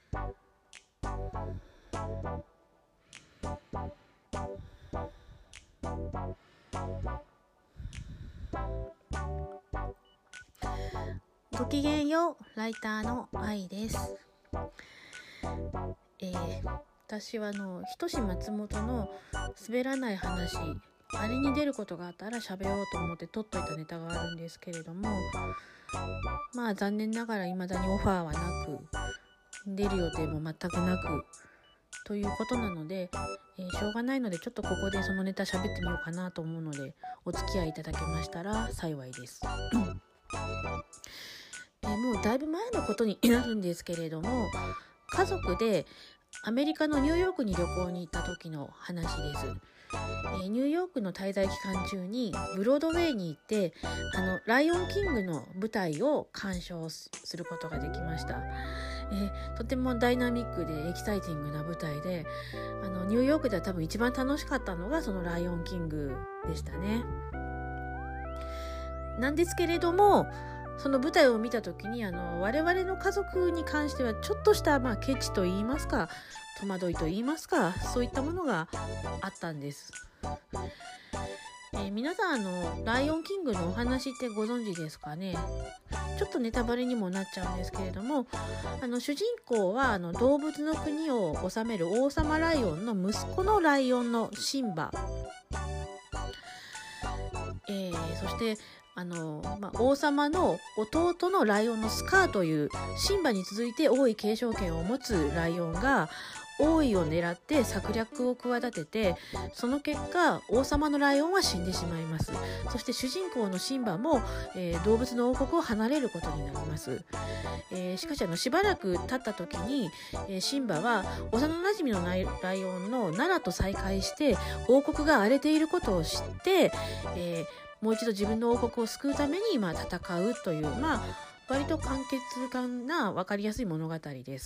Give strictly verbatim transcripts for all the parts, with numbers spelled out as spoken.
ごきげんよう、ライターの愛です。えー、私はあのひとし松本の滑らない話、あれに出ることがあったら喋ろうと思って撮っといたネタがあるんですけれども、まあ残念ながら未だにオファーはなく、出る予定も全くなくということなので、えー、しょうがないのでちょっとここでそのネタ喋ってみようかなと思うので、お付き合いいただけましたら幸いです。えー、もうだいぶ前のことになるんですけれども、家族でアメリカのニューヨークに旅行に行った時の話です。えー、ニューヨークの滞在期間中にブロードウェイに行って、あのライオンキングの舞台を鑑賞することができました。えー、とてもダイナミックでエキサイティングな舞台で、あのニューヨークでは多分一番楽しかったのがそのライオンキングでしたね。なんですけれども、その舞台を見た時にあの我々の家族に関してはちょっとした、まあ、ケチと言いますか、戸惑いと言いますか、そういったものがあったんです。えー、皆さんあのライオンキングのお話ってご存知ですかね。ちょっとネタバレにもなっちゃうんですけれども、あの主人公はあの動物の国を治める王様ライオンの息子のライオンのシンバ、えー、そしてあの、まあ、王様の弟のライオンのスカーというシンバに続いて王位継承権を持つライオンが王位を狙って策略を企てて、その結果王様のライオンは死んでしまいます。そして主人公のシンバも、えー、動物の王国を離れることになります。えー、しかしあのしばらく経った時に、えー、シンバは幼なじみのライオンのナラと再会して王国が荒れていることを知って、えーもう一度自分の王国を救うために、まあ、戦うという、まあ、割と簡潔感な分かりやすい物語です。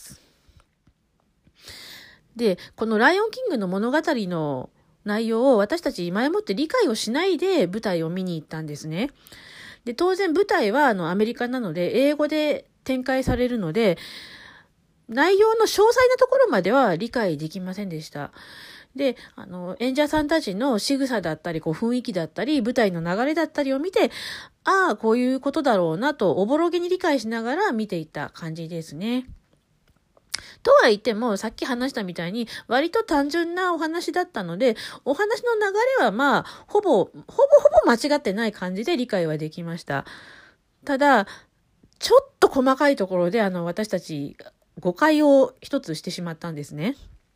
で、このライオンキングの物語の内容を私たち前もって理解をしないで舞台を見に行ったんですね。で、当然舞台はあのアメリカなので英語で展開されるので、内容の詳細なところまでは理解できませんでした。で、あの、演者さんたちの仕草だったり、こう雰囲気だったり、舞台の流れだったりを見て、ああ、こういうことだろうなと、おぼろげに理解しながら見ていった感じですね。とは言っても、さっき話したみたいに、割と単純なお話だったので、お話の流れはまあ、ほぼ、ほぼほぼ間違ってない感じで理解はできました。ただ、ちょっと細かいところで、あの、私たち、誤解を一つしてしまったんですね。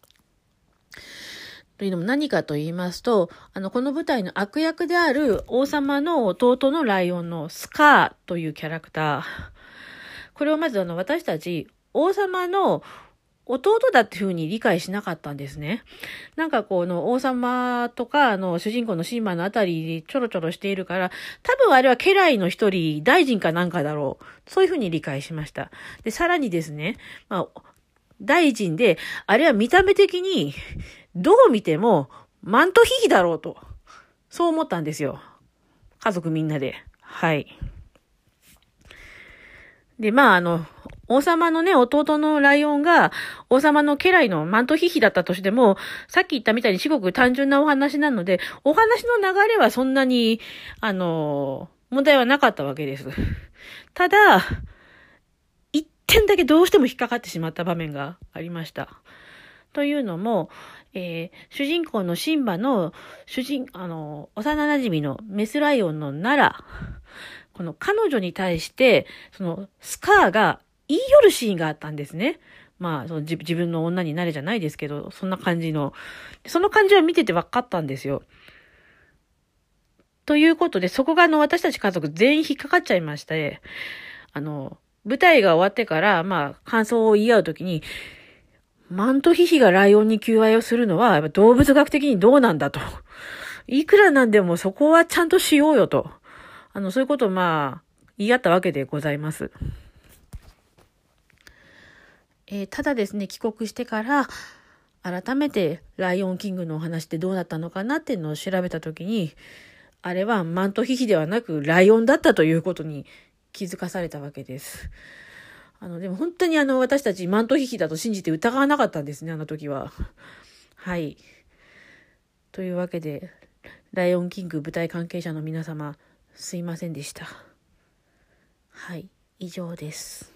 というのも何かと言いますと、あの、この舞台の悪役である王様の弟のライオンのスカーというキャラクター。これをまずあの、私たち、王様の弟だっていうふうに理解しなかったんですね。なんかこの王様とか、あの、主人公のシンバのあたりでちょろちょろしているから、多分あれは家来の一人、大臣かなんかだろう。そういうふうに理解しました。で、さらにですね、まあ、大臣で、あれは見た目的に、どう見ても、マントヒヒだろうと。そう思ったんですよ。家族みんなで。はい。で、まあ、あの、王様のね、弟のライオンが、王様の家来のマントヒヒだったとしても、さっき言ったみたいにすごく単純なお話なので、お話の流れはそんなに、あの、問題はなかったわけです。ただ、一点だけどうしても引っかかってしまった場面がありました。というのも、えー、主人公のシンバの主人、あの、幼馴染のメスライオンのナラ、この彼女に対して、そのスカーが言い寄るシーンがあったんですね。まあ、その自, 自分の女になれじゃないですけど、そんな感じの、その感じは見てて分かったんですよ。ということで、そこがあの、私たち家族全員引っかかっちゃいまして、あの、舞台が終わってから、まあ、感想を言い合うときに、マントヒヒがライオンに求愛をするのは動物学的にどうなんだと。いくらなんでもそこはちゃんとしようよと。あの、そういうことをまあ、言い合ったわけでございます。えー、ただですね、帰国してから、改めてライオンキングのお話ってどうだったのかなっていうのを調べたときに、あれはマントヒヒではなくライオンだったということに気づかされたわけです。 あの、でも本当にあの、私たちマントヒヒだと信じて疑わなかったんですね、あの時は。はい。というわけで、ライオンキング舞台関係者の皆様、すいませんでした。はい、以上です。